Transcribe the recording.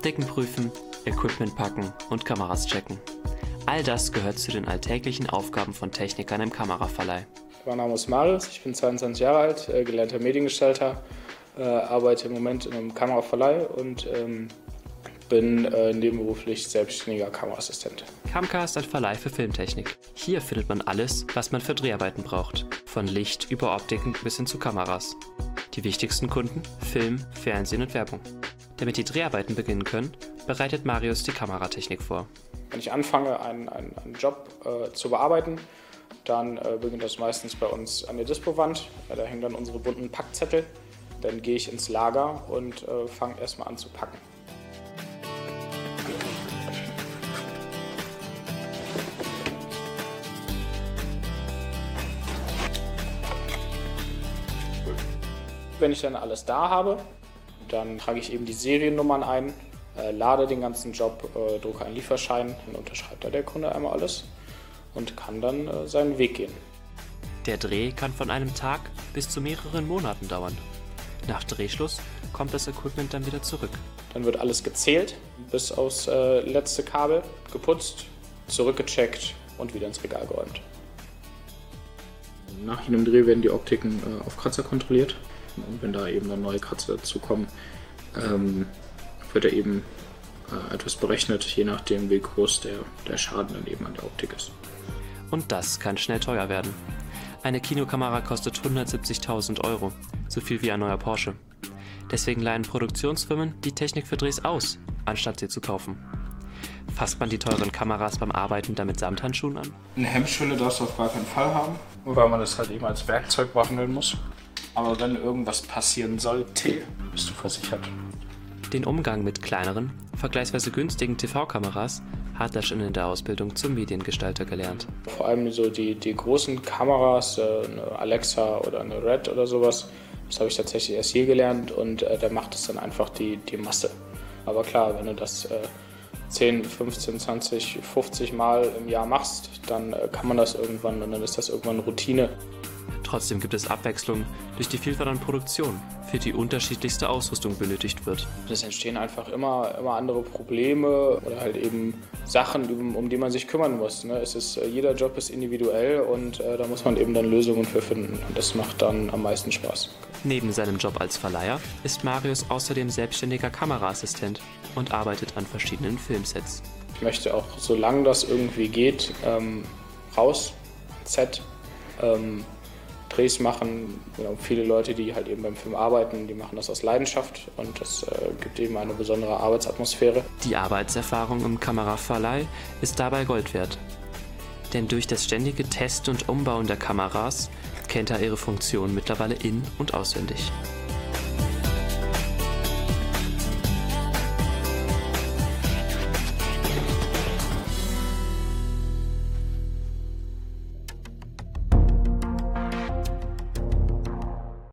Optiken prüfen, Equipment packen und Kameras checken. All das gehört zu den alltäglichen Aufgaben von Technikern im Kameraverleih. Mein Name ist Marius, ich bin 22 Jahre alt, gelernter Mediengestalter, arbeite im Moment in einem Kameraverleih und bin nebenberuflich selbstständiger Kameraassistent. Kamka ist ein Verleih für Filmtechnik. Hier findet man alles, was man für Dreharbeiten braucht. Von Licht über Optiken bis hin zu Kameras. Die wichtigsten Kunden: Film, Fernsehen und Werbung. Damit die Dreharbeiten beginnen können, bereitet Marius die Kameratechnik vor. Wenn ich anfange, einen Job zu bearbeiten, dann beginnt das meistens bei uns an der Dispowand. Da hängen dann unsere bunten Packzettel. Dann gehe ich ins Lager und fange erstmal an zu packen. Wenn ich dann alles da habe, dann trage ich eben die Seriennummern ein, lade den ganzen Job, drucke einen Lieferschein, dann unterschreibt da der Kunde einmal alles und kann dann seinen Weg gehen. Der Dreh kann von einem Tag bis zu mehreren Monaten dauern. Nach Drehschluss kommt das Equipment dann wieder zurück. Dann wird alles gezählt, bis aufs letzte Kabel, geputzt, zurückgecheckt und wieder ins Regal geräumt. Nach jedem Dreh werden die Optiken auf Kratzer kontrolliert. Und wenn da eben dann neue Kratzer dazukommen, wird er eben etwas berechnet, je nachdem wie groß der Schaden dann eben an der Optik ist. Und das kann schnell teuer werden. Eine Kinokamera kostet 170.000 €, so viel wie ein neuer Porsche. Deswegen leihen Produktionsfirmen die Technik für Drehs aus, anstatt sie zu kaufen. Fasst man die teuren Kameras beim Arbeiten dann mit Samthandschuhen an? Eine Hemmschwelle darfst du auf gar keinen Fall haben, weil man das halt eben als Werkzeug behandeln muss. Aber wenn irgendwas passieren sollte, bist du versichert. Den Umgang mit kleineren, vergleichsweise günstigen TV-Kameras hat er schon in der Ausbildung zum Mediengestalter gelernt. Vor allem so die großen Kameras, eine Alexa oder eine Red oder sowas, das habe ich tatsächlich erst hier gelernt und da macht es dann einfach die Masse. Aber klar, wenn du das 10, 15, 20, 50 Mal im Jahr machst, dann kann man das irgendwann und dann ist das irgendwann Routine. Trotzdem gibt es Abwechslung durch die Vielfalt an Produktion, für die unterschiedlichste Ausrüstung benötigt wird. Es entstehen einfach immer andere Probleme oder halt eben Sachen, um die man sich kümmern muss. Ne? Jeder Job ist individuell und da muss man eben dann Lösungen für finden. Und das macht dann am meisten Spaß. Neben seinem Job als Verleiher ist Marius außerdem selbstständiger Kameraassistent und arbeitet an verschiedenen Filmsets. Ich möchte auch, solange das irgendwie geht, raus, Set, Drehs machen. Viele Leute, die halt eben beim Film arbeiten, die machen das aus Leidenschaft und das gibt eben eine besondere Arbeitsatmosphäre. Die Arbeitserfahrung im Kameraverleih ist dabei Gold wert. Denn durch das ständige Testen und Umbauen der Kameras kennt er ihre Funktion mittlerweile in- und auswendig.